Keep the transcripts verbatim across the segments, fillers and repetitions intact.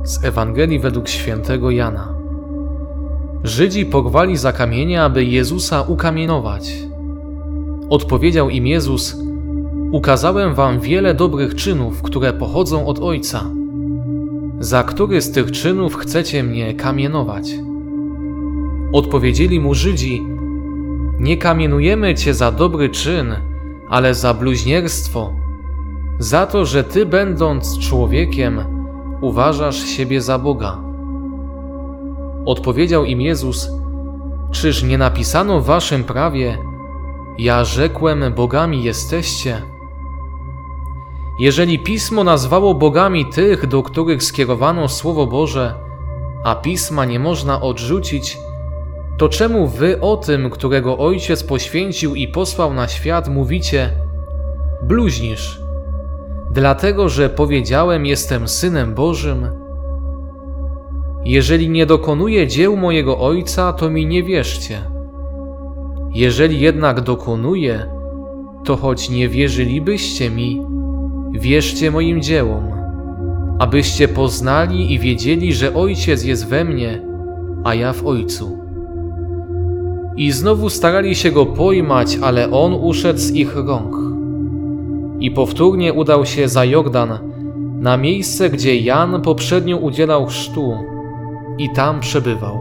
Z Ewangelii według świętego Jana. Żydzi porwali za kamienie, aby Jezusa ukamienować. Odpowiedział im Jezus: ukazałem wam wiele dobrych czynów, które pochodzą od Ojca. Za który z tych czynów chcecie mnie kamienować? Odpowiedzieli mu Żydzi: nie kamienujemy cię za dobry czyn, ale za bluźnierstwo, za to, że ty, będąc człowiekiem, uważasz siebie za Boga. Odpowiedział im Jezus: czyż nie napisano w waszym prawie: ja rzekłem, bogami jesteście? Jeżeli Pismo nazwało bogami tych, do których skierowano Słowo Boże, a Pisma nie można odrzucić, to czemu wy o tym, którego Ojciec poświęcił i posłał na świat, mówicie: bluźnisz, dlatego że powiedziałem, jestem Synem Bożym? Jeżeli nie dokonuję dzieł mojego Ojca, to mi nie wierzcie. Jeżeli jednak dokonuję, to choć nie wierzylibyście mi, wierzcie moim dziełom, abyście poznali i wiedzieli, że Ojciec jest we mnie, a ja w Ojcu. I znowu starali się go pojmać, ale on uszedł z ich rąk. I powtórnie udał się za Jordan, na miejsce, gdzie Jan poprzednio udzielał chrztu, i tam przebywał.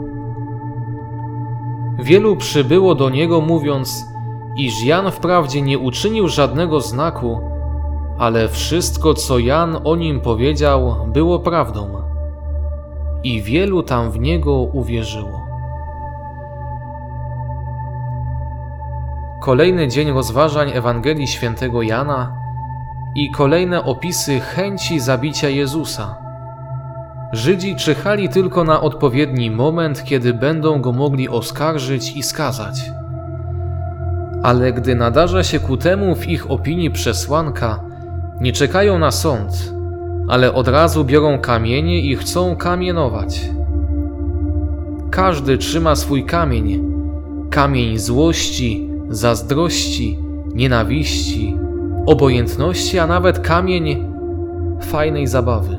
Wielu przybyło do niego, mówiąc, iż Jan wprawdzie nie uczynił żadnego znaku, ale wszystko, co Jan o nim powiedział, było prawdą. I wielu tam w niego uwierzyło. Kolejny dzień rozważań Ewangelii świętego Jana i kolejne opisy chęci zabicia Jezusa. Żydzi czyhali tylko na odpowiedni moment, kiedy będą go mogli oskarżyć i skazać. Ale gdy nadarza się ku temu w ich opinii przesłanka, nie czekają na sąd, ale od razu biorą kamienie i chcą kamienować. Każdy trzyma swój kamień, kamień złości, zazdrości, nienawiści, obojętności, a nawet kamień fajnej zabawy.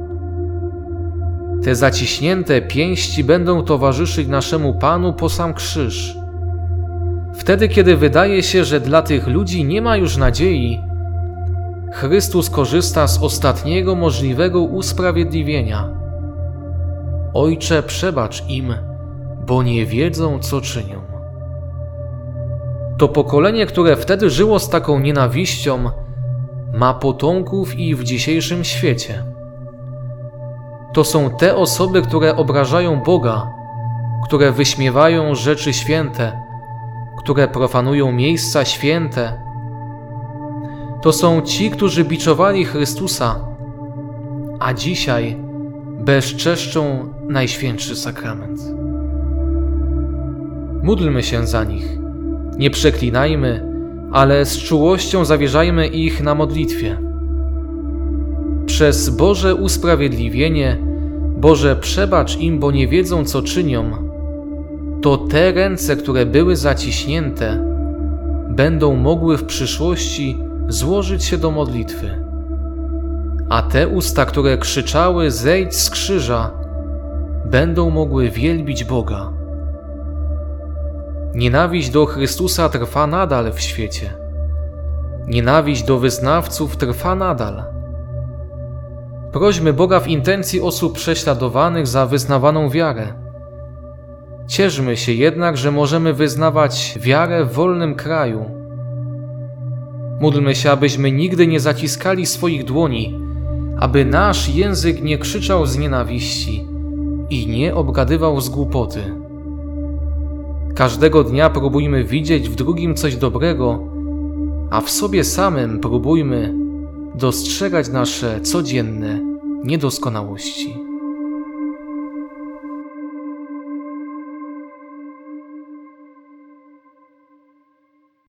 Te zaciśnięte pięści będą towarzyszyć naszemu Panu po sam krzyż. Wtedy, kiedy wydaje się, że dla tych ludzi nie ma już nadziei, Chrystus korzysta z ostatniego możliwego usprawiedliwienia. Ojcze, przebacz im, bo nie wiedzą, co czynią. To pokolenie, które wtedy żyło z taką nienawiścią, ma potomków i w dzisiejszym świecie. To są te osoby, które obrażają Boga, które wyśmiewają rzeczy święte, które profanują miejsca święte. To są ci, którzy biczowali Chrystusa, a dzisiaj bezczeszczą Najświętszy Sakrament. Módlmy się za nich. Nie przeklinajmy, ale z czułością zawierzajmy ich na modlitwie. Przez Boże usprawiedliwienie, Boże, przebacz im, bo nie wiedzą, co czynią, to te ręce, które były zaciśnięte, będą mogły w przyszłości złożyć się do modlitwy. A te usta, które krzyczały: zejdź z krzyża, będą mogły wielbić Boga. Nienawiść do Chrystusa trwa nadal w świecie. Nienawiść do wyznawców trwa nadal. Prośmy Boga w intencji osób prześladowanych za wyznawaną wiarę. Cieszmy się jednak, że możemy wyznawać wiarę w wolnym kraju. Módlmy się, abyśmy nigdy nie zaciskali swoich dłoni, aby nasz język nie krzyczał z nienawiści i nie obgadywał z głupoty. Każdego dnia próbujmy widzieć w drugim coś dobrego, a w sobie samym próbujmy dostrzegać nasze codzienne niedoskonałości.